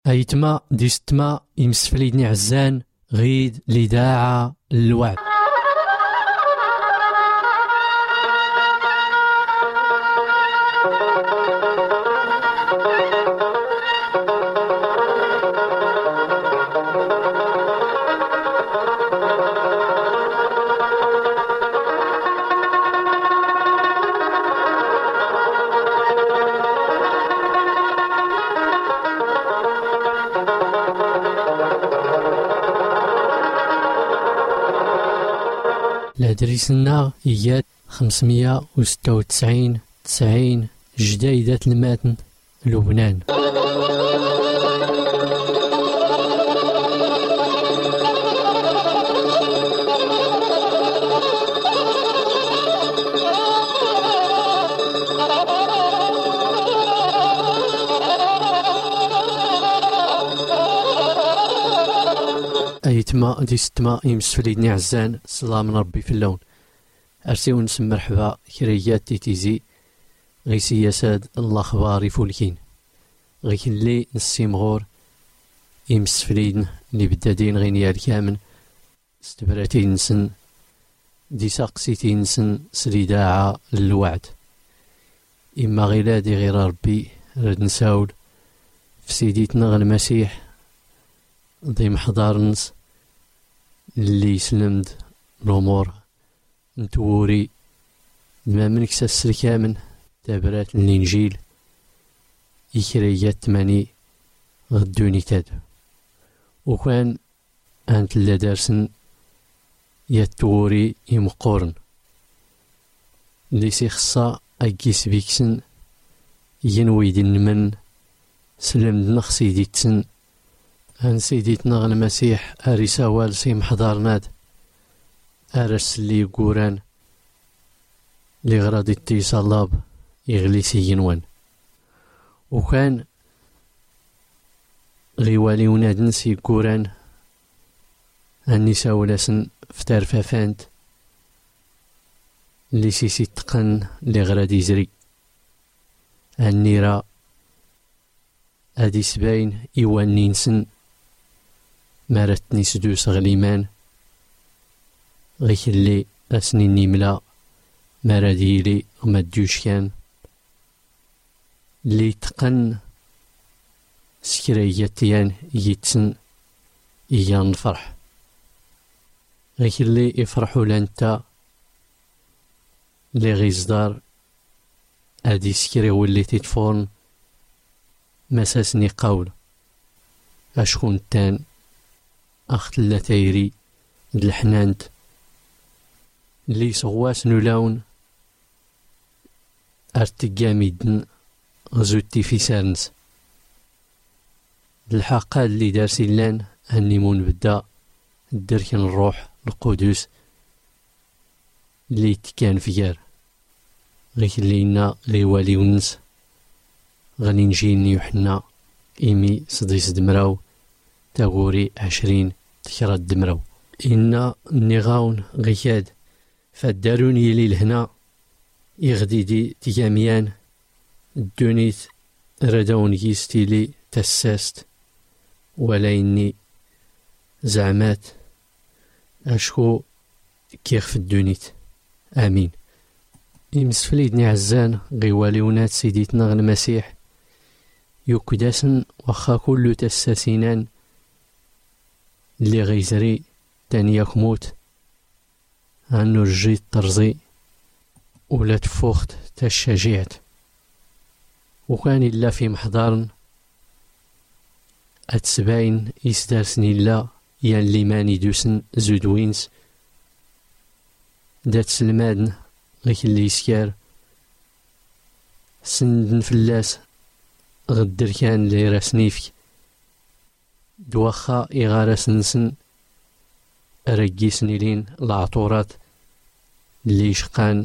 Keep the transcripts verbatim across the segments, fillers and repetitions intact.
أيتما ديستما يمسفليدني عزان غيد لداعة الوعد. الأدريسنا إياد خمسمية وستة وتسعين تسعين جديدة الماتن لبنان. أيتما ديستما يمسفليدني عزان صلاة من ربي في اللون. أرسيو نسم مرحبا كريات تيتيزي غيسي يساد الله خباري فولكين غيكن لي نسيمغور يمسفليدن اللي بدادين غينيار كامن استبراتي نسن دي ساقسيتي نسن سريداعة للوعد. إما غيلادي غير ربي رد نساول في سيديتنا غير المسيح ضي محضارنس اللي سلمد الأمور نتوري ما منك سسر كامن تابرات الإنجيل يكريات ماني غدوني تاد وكان أنت اللي دارسن يتوري يمقورن اللي سيخصا أجيس بيكسن ينويدن من سلمد نخسي ديتسن أن سيديتنا المسيح أرساوال سيم حضارناد أرس لي قوران لغراد التيصالاب يغليسي ينوان وكان غيوالي ونادن سي قوران أني ساولاسن فتار فافانت اللي سيسي تقن لغراد يزري أني را أدي سباين إيوان نينسن مارتني سدوس غليمان غيك اللي أسني نيملا ماراديلي ومديوش كان اللي تقن سكرياتيان يتسن إيان الفرح غيك اللي يفرحوا لانتا اللي غيزدار أدي سكري واللي تتفورن مساسني قول أشكون تان أخت اللتايري الحنانت اللي صغواس نولاون أرتقاميدن غزوتي في سارنس الحقاد اللي دارسي لان هنيمون بدا الدركن الروح القدس اللي تكان فيار غيك اللينا غيوالي ونس غني نجيني يوحنا إيمي صديس دمراو تاغوري عشرين تكرا دمراو إنا النغاون غيكاد فالدارون يلي لهنا يغديدي تياميان الدونيت رداون يستيلي تساست ولا إني زعمات أشكو كيخ في الدونيت آمين. يمسفليدني عزان غيوالي ونات سيديتنا المسيح يوكداسن وخا كل تساسينان اللي غيزري تاني يكموت عنو رجي الطرزي ولا تفوخت تشجيعت وكان إلا في محضارن أتسباين يسدارسني لا يان ليماني دوسن زودوينس دات سلمادن غيك اللي يسكار سندن فلاس غدر كان لي راسنيفك دوخا إغارة سنسن أرقيسني لين العطورات اللي يشقان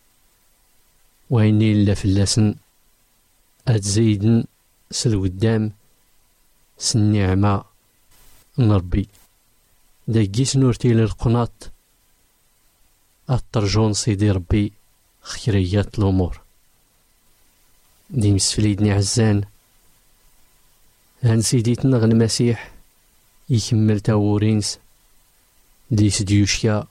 ويني إلا فلاسن أتزيدن سلو قدام سنعمة نربي داكيس نورتي للقناط الترجون سيدي ربي خيريات الأمور دي مسفليدني عزان هان سيديتنا غ المسيح يكمل تاورينس ديس ديوشكا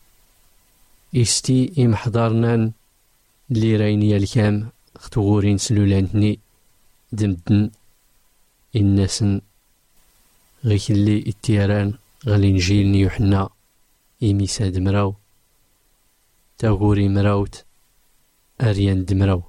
إستي إمحضرنا اللي رايني الكام ختورينس لولانتني دمدن الناسن غيك اللي التيران غالينجيل نيوحنا إميساد مراو تاغوري مراوت أريان دمراو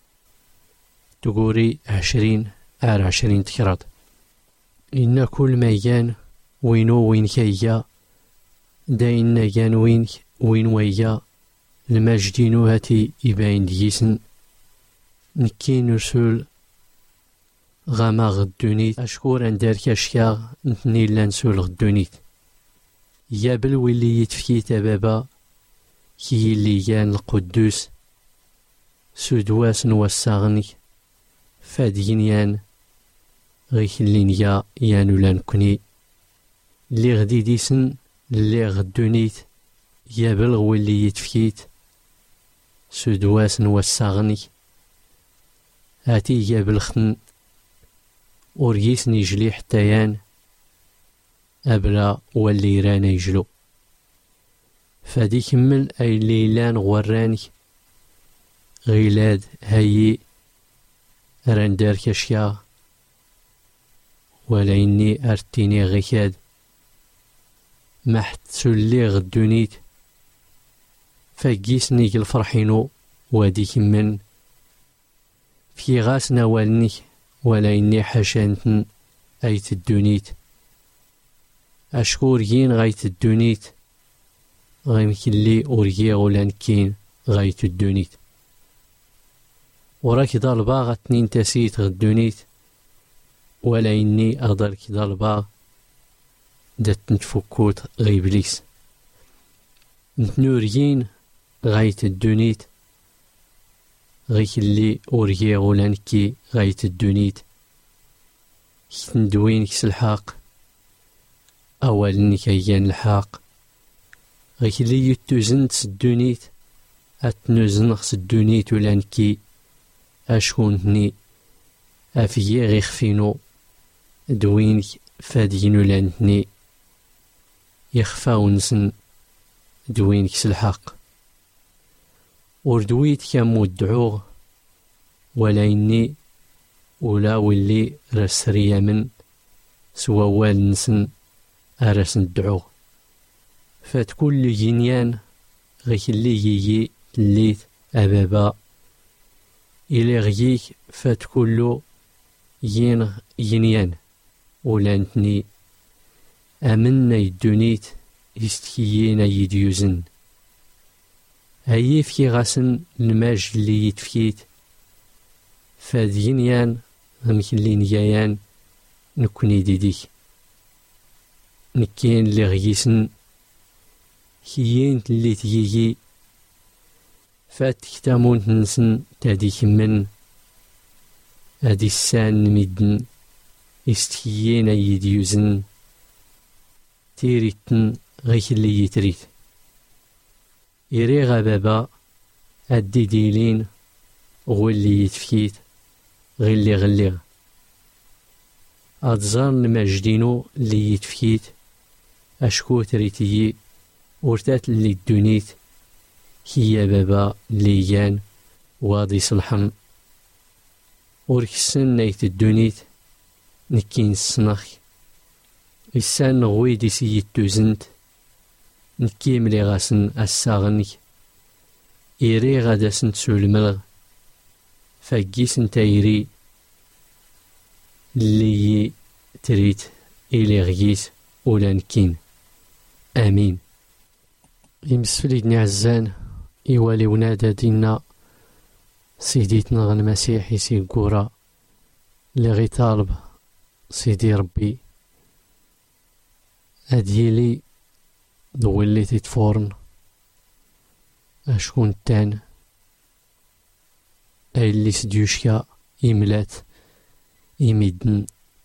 تقوري عشرين آر عشرين تكراد إن كل ما يان وينو وين كيا داين يان وين وين ويا المجدينو هاتي يباين ديسن نكي نرسول غاما غدونيت أشكور أن دار كاشكا نتني لانسول غدونيت يا بالولي يتفكي تبابا كي اللي يان القدوس سودواس نوساغني فادين يان غيك اللي نيا يانو لانكني اللي غدي ديسن اللي غدونيت يا بالولي يتفكيت سودواس نوساغني هاتي يا بالخن وريسني جلي حتى يان أبلا واللي رانا يجلو فادي كمل أي ليلان غوراني غيلاد هاي راندار كاشيا ولا إني أرتيني غيكاد ما حتسولي غدونيت فاقيسني الفرحينو وادي كمن في غاس نوالني ولا إني حشانتن أيت الدونيت أشكور ين غايت الدونيت غيمكن لي أوريا غولان كين غايت الدونيت وراك ضالبا غتنين تاسيت غدونيت ولا إني أغدر كي ضالبا دات نتفكوت غيبليس نتنوريين غايت الدونيت غيك اللي أوريا غولان كي غايت الدونيت كندوين كس الحاق أولني كيان الحاق غيك اللي يتوزن تسدونيت أتنوزن خسدونيت ولانكي أشكونتني أفيي غيخفينو دوينك فادينو لانتني يخفاونسن دوينك سلحق وردويت كامو الدعوغ ولا إني ولا واللي رسريا من سوا والنسن أرسن الدعوغ فات كل جنيان غيك اللي يجي الليت أبابا إلي غيك فات كله ين ينيان ولانتني أمنا يدونيت يستكيين يديوزن هاي في غاسن الماج اللي يتفكيت فاد ينيان غمك اللي نيايان نكوني ديديك نكين اللي غيسن كيين اللي تيجي فات كتامون تنسن تاديك من هادي السان ميدن يستكيين يديوزن تيريتن غيك اللي يتريت إريغا بابا أدي ديلين غو اللي يتفكيت غيلي غليغ أتزار المجدينو اللي يتفكيت أشكو تريتي ورتات اللي الدونيت هي بابا اللي يان واضي صلحن وركسن نيت الدونيت نكين السنخ إسان غويدي سيد توزنت نكيم لي غاسن الساغنك إيري غاداسن تسول الملغ فاقيسن تايري اللي تريت إلي غيس ولا نكين آمين. يمسفليدني عزان إيوالي ونادا دينا سيديتنا غن مسيح يسي قورا اللي غي طالب سيدي ربي أديلي دولي تتفورن أشكون تان أي اللي سديوشكا إملات إميدن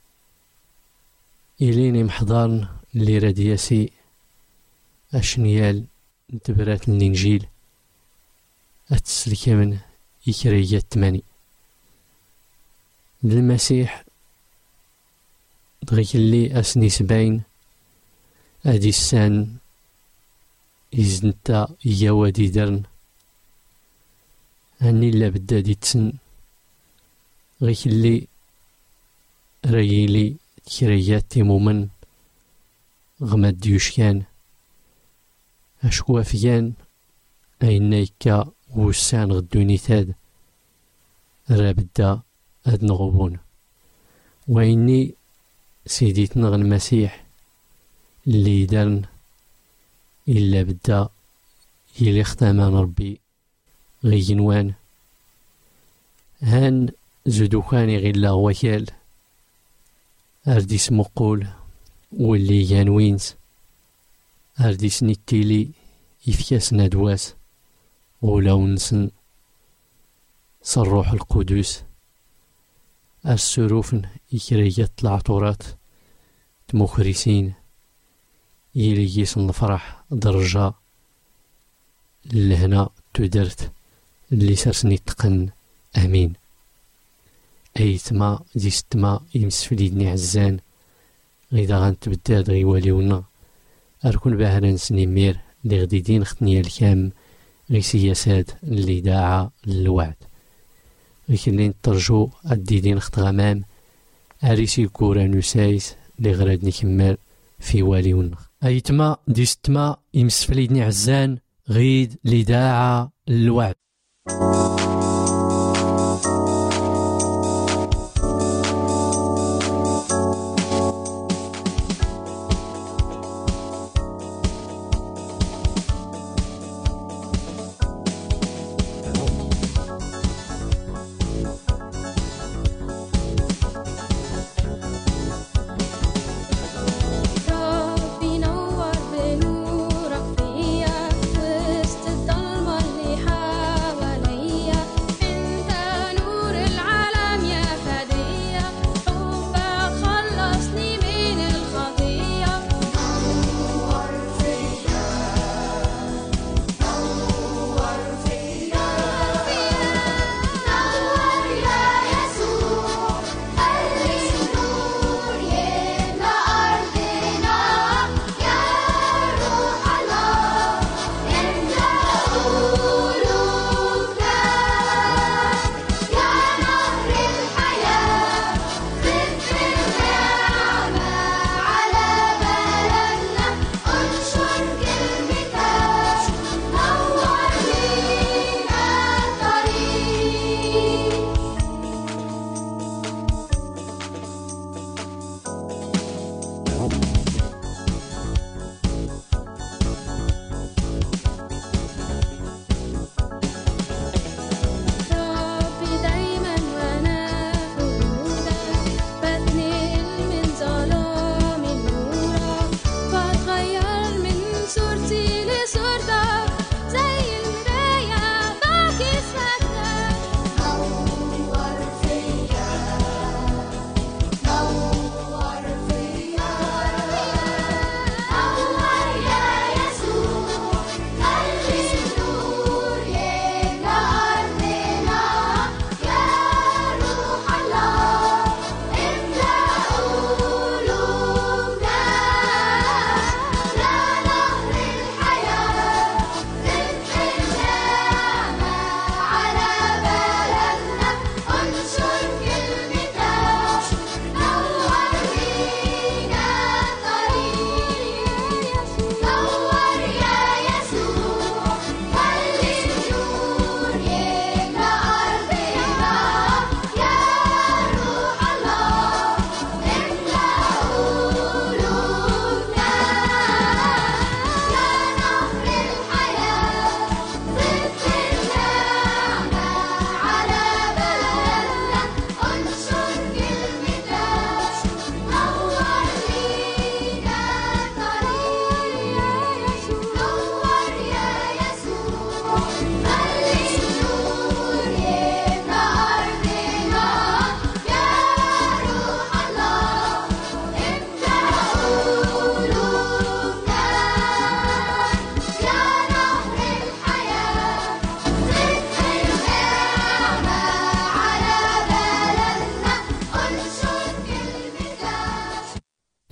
إليني محضارن اللي رادياسي أشنيال نتبرات الإنجيل أتسلكا من إكرية التماني المسيح دغيك اللي أسني سبعين أدي السان إزنتا يوادي درن هني لا بدا دي تسن غيك اللي ريلي كريات تيمومن غمد ديوشكان أشكوا فيان أين يكا وسان غدوني تاد رابدا أد نغبون وإني سيدي تنغ المسيح اللي درن إلا بدا يلي اختامان ربي غينوان هان زدوكاني غيلا وكال أردي سمقول واللي يانوينز أردي سنيتيلي يفكاسنا دواس ولاو نسن صروح القدس السروفن يكريات العطورات تمخرسين يلي يسن الفرح درجة لهنا تدرت اللي سرسني تقن أمين أيتما ديستما يمسفليدني عزان غيدا غنتبداد غيواليونا أركون باهران سنيمير اللي غديدين ختنيا الكام غي سياسات اللي داعا للوعد غيكلين ترجو الديدين خت غمام أريسي كورا نسايس اللي غراد نكمل في واليونا أيتما ديستما يمسفليدني عزان غيد اللي داعا للوعد. حواليا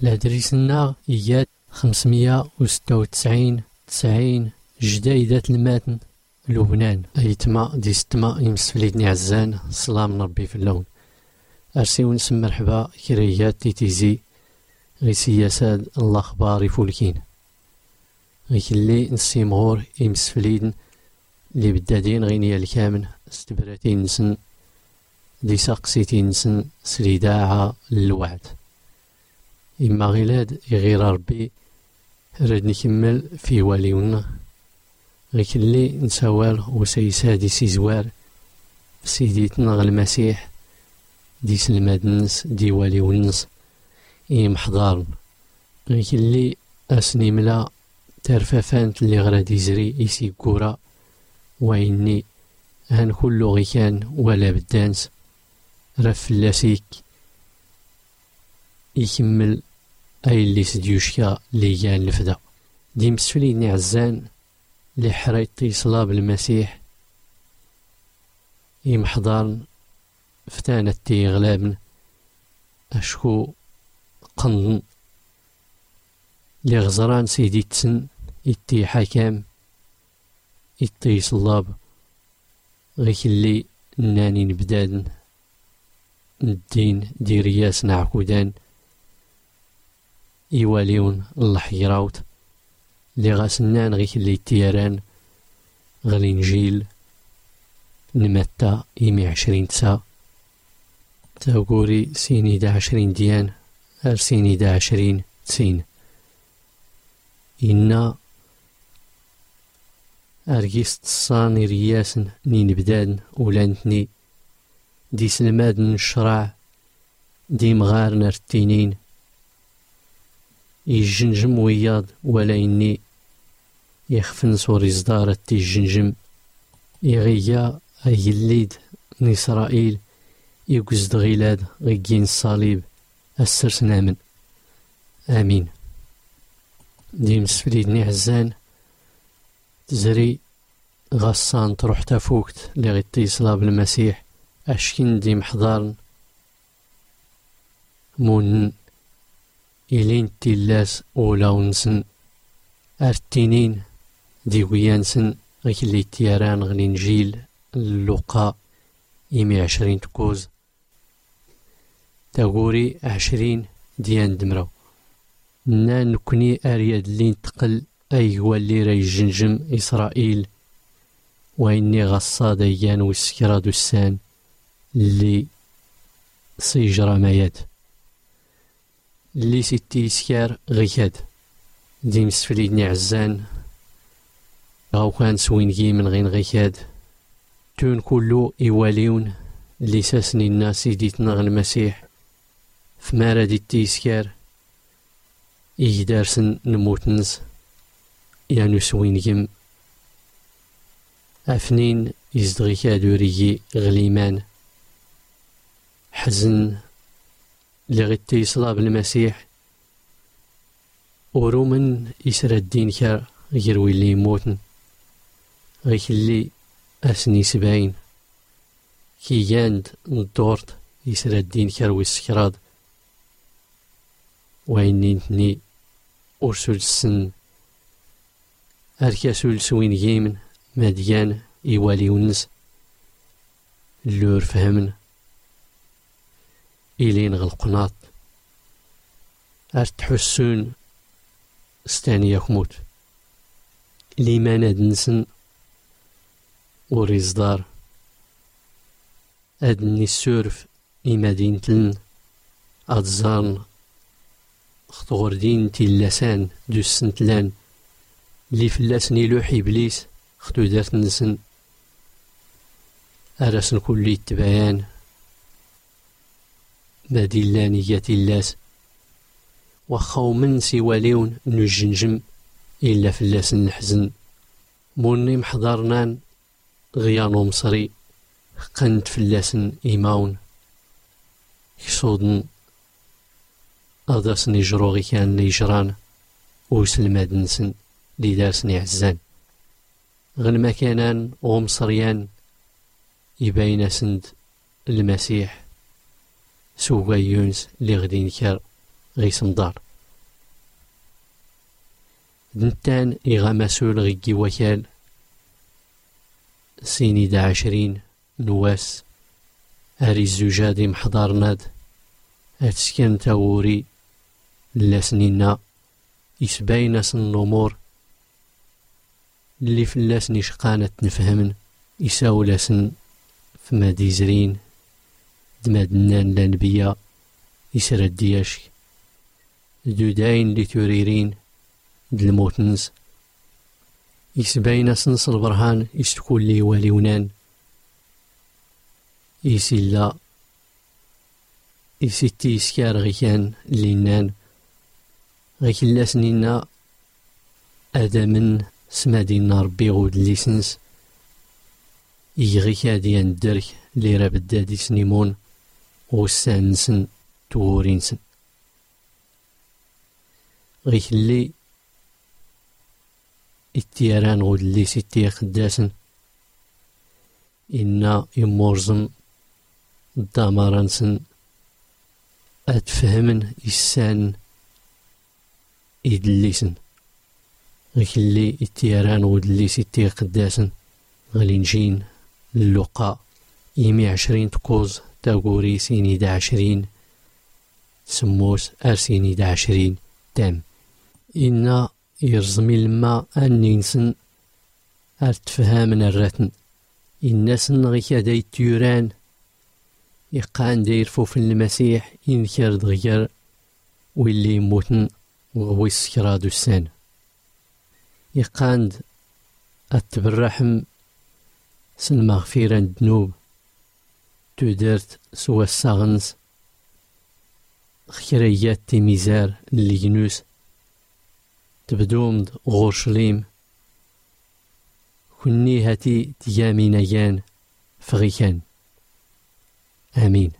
لادريسنا إياد خمسمية وستة وتسعين تسعين جدايدة الماتن لبنان. أيتما دي ستما يمسفليدني عزان سلام ربي في اللون. أرسي ونسم مرحبا كريات تيتيزي غي سياسات الأخبار فولكين غي كلي نسيمغور يمسفليدن اللي بدادين غينيا الكامن استبراتين نسن دي ساقسيتين نسن سريداعة للوعد. إما غيلاد يغير ربي راد نكمل في واليونا غي كلي نسوال وسيسادي سيزوار سيديتنا غ المسيح دي سلماد النس دي والي والنس إيم حضارن غي كلي أسني ملا ترفافانت اللي غرادي زري إيسي كورا وإني هان كلو غي كان ولا بدانس رف اللاسيك يكمل أي اللي سديوشكا اللي كان لفدا دي مسفليني عزان اللي حريتي صلاب المسيح يمحضرن فتانة تي غلابن أشكو قنن اللي غزران سيدي تسن يتي حكام يتي صلاب غيك اللي ناني نبدادن الدين دي رياس نعكودان يواليون الحيراوت اللي غاسنان غيك اللي تياران غالينجيل نمتا يمي عشرين تسا تاقوري سيني دا عشرين ديان ار سيني دا عشرين تسين إنا أرجيست الصاني رياسن نين بدادن ولانتني دي سلمادن الشرع دي مغارن ارتينين يجنجم وياض ولا إني يخفن صوري صدارة تي الجنجم يغيا أيليد نسرائيل يقزد غيلاد غيين الصليب السرس نامن آمين. دي مسفليدني عزان تزري غصان تروح تفوكت لغيتي صلاب المسيح أشكين دي محضارن مون إلين تيلاس أولاونسن أرتينين دي ويانسن غيكلي تياران غلينجيل اللقاء يمي عشرين تكوز تاقوري عشرين ديان دمرو نا نكوني أريد لين تقل أي واللي راي جنجم إسرائيل وإني غصا ديان والسكرة دوسان اللي سيجرى مايات اللي ستي سكار غيكاد دي مسفليدني عزان غاو كان سوينجي من غين غيكاد تون كلو إيواليون اللي ساسني الناس يديتنا المسيح فمارا دي تيسكار إيجدارسن نموتنز يانو سوينجم أفنين يزدغي كادوريجي غليمان حزن لغتي صلاب المسيح ورومن يسرى الدين كار يروي اللي يموتن غيك اللي أسني سبعين كي ياند ندورت يسرى الدين كاروي السكراد وإني نتني أرسل السن أركاسول سوين جيمن ماديان إيوالي ونس اللور فهمن إلين غالقناط أرتحسون ستاني يخموت لما ندنسن وريزدار أدني السورف إمادين تلن أدزان خطوردين تلسان دوسن تلان لي فلاسني لوح إبليس خطو دارت نسن أرسن كل التبيان مادلانية اللاس وخاو من سواليون نجنجم إلا فلاس نحزن موني محضرنان غيانو مصري قنت فلاسن إيماون كسودن أدرسني جروغي كان نيجران وسلماد نسن لي دارسني عزان غن مكانان ومصريان يبين سند المسيح سوغا يونس لي غدي نكار غيسم دار دنتان إغامسول غيكي وكال سيني دا عشرين نواس أري الزجاج محضرناد أتسكن تاوري لسنينا يسباينس النمور اللي فلاسني شقانت نفهمن يساولاسن فما ديزرين دمادنان لانبيا يسرد دياشك دوداين اللي توريرين دالموتنز يسباينس نص البرهان يستكون لي واليونان يسيلا يسيتي يسكار غيكان لينان غيكلا سنينا آدمن سمادينا ربي غود الليسنس يغيك هاديان الدرك لي راه بدادي سنيمون وسانسن تورينسن غيكلي التيران غود اللي ستي قداسن إنا يمورزن الدامارانسن أتفهمن إسان إدليسن غيكلي التيران غود اللي ستي قداسن غالي نجين اللقاء يمي عشرين تقوز تاقوري سيني دا عشرين سموس أرسيني دا عشرين تام إنا يرزمي الماء أنينسن أرتفهامن الرتن الناسن غيكا داي تيوران يقان داير فوف المسيح ينكر دغير واللي يموتن وغوي السكرادو السان يقاند أتبرحم سن مغفيرا الذنوب تودرت سوا الساغنس خيريات تيميزار اللي جنوس تبدومد غورشليم كني هاتي تيامينا جان فغيكان آمين.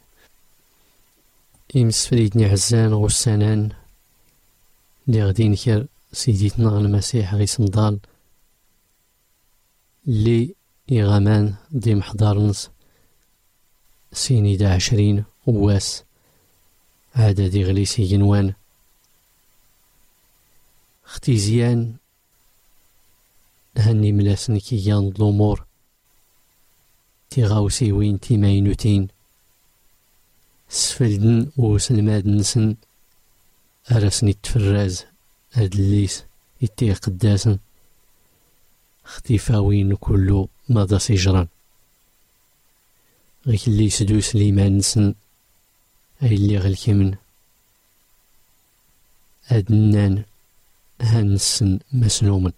إمس فريدني عزان غسانان اللي غادي نكر سيديتنا المسيح غي صندال اللي يغامان دي محضرنس سيني دا عشرين واس عادا دي غليسي جنوان اختيزيان هني ملاسن كيان الأمور تيغاوسي وين تيماينوتين سفلدن وسلمادنسن أرسني تفراز هاد الليس يتي قداسن اختفاوين كلو ماذا سيجران غيك اللي سدوس ليمان نسن أي اللي غالكمن أدنان هانسن مسنومن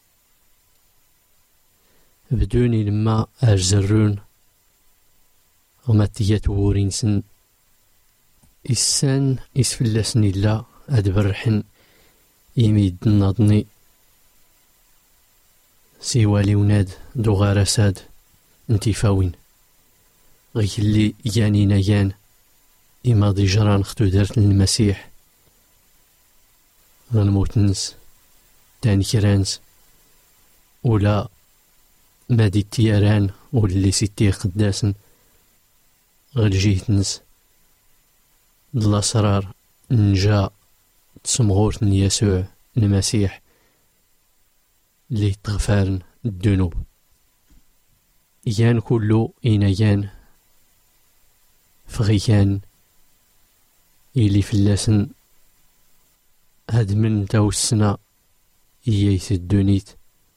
بدوني لما أرزرون غماتيات وورينسن إسان إسفلاسني لا أدبرحن يميد ناضني سيوالي وناد دوغارساد انتفاوين غيك اللي ياني نيان إما دي جران ختو دارت للمسيح غنموتنس تاني كرانس ولا مادي التياران واللي ستي قداسن غالجيتنس الأسرار نجا تسمغورتن يسوع المسيح اللي تغفارن الذنوب يان كلو إنيان فغيكان إلي فلاسن هاد من تاو السنة إيايت الدونيت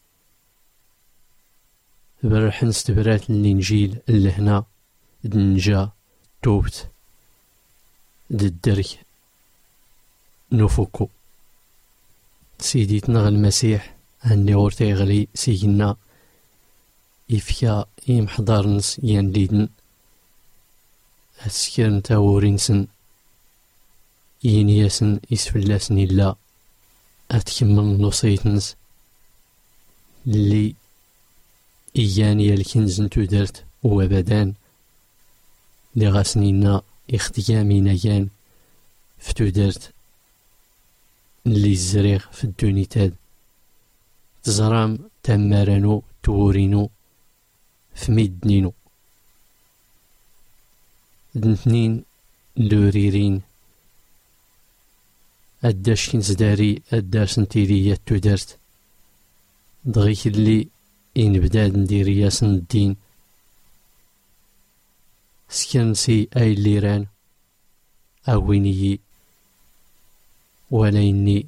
برحن استبرات الإنجيل اللي هنا دنجا توبت دالدرك نفوكو سيديتنا المسيح هني غورتي غلي سيجنا إفكا يمحضرنس ين ليدن أسكرن تاورينسن ينياسن إسفلاسن إلا أتكمل نصيتنس اللي إياني الكنزن تودرت وابدان لغاسنينا اختيامي نيان فتودرت اللي الزريغ في الدونيتاد تزرام تمارانو تورينو فميدنينو دنتنين لوريرين أداش كنزداري أدار سنتيلية تودرت دغيك اللي إن بداد ندير ياسن الدين سكنسي أي الليران أويني ولا إني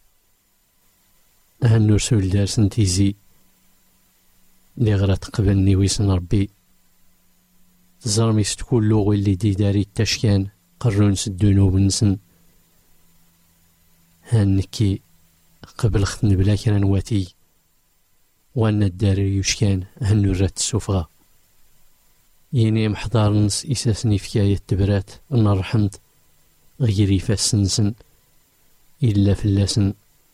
هنو رسول دار سنتيزي اللي غرا تقبلني ويسن ربي تزرمي ستكون لوغي اللي دي داري التشكان قرون سدونو بنسن هنكي قبل ختن بلا كران واتي وانا الداري يشكان هنو رات السفغة يني محضار نس إساسني فكاية تبرات أن رحمت غيري فاسنسن إلا فلاسن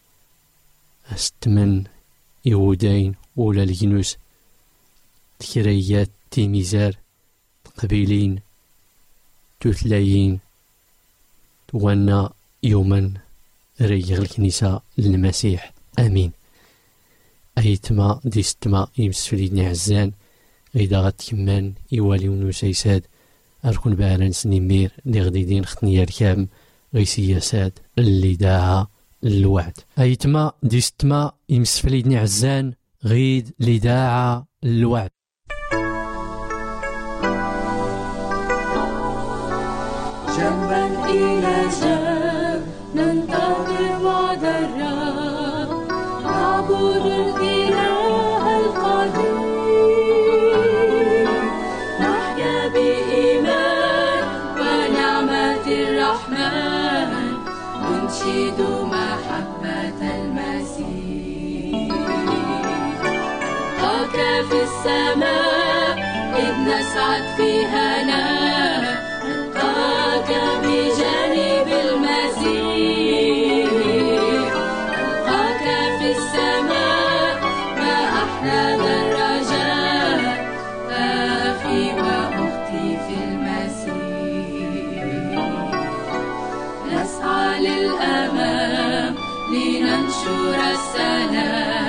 أستمن يهودين ولا الجنوس تكريات تيميزار قبيلين تثلايين وانا يوما ريغ الكنيسة للمسيح آمين. أيتما ديستما يمسفليدني عزان غيدا غتكمان إيوالي ونوسيساد أركون بعلان سنيمير اللي غديدين ختنيا الكام غي سياسات اللي داعا الوعد. أيتما ديستما يمسفليدني عزان غيد اللي داعا الوعد. جنبا إلى جنب ننتظر وعد الرب نعبد الإله القدير نحيا بإيمان ونعمة الرحمن ننشد محبة المسيح هاك في السماء إذ نسعد في هناء نلقاك بجانب المسيح نلقاك في السماء ما أحلى ذا الرجاء أخي وأختي في المسيح نسعى للأمام لننشر السلام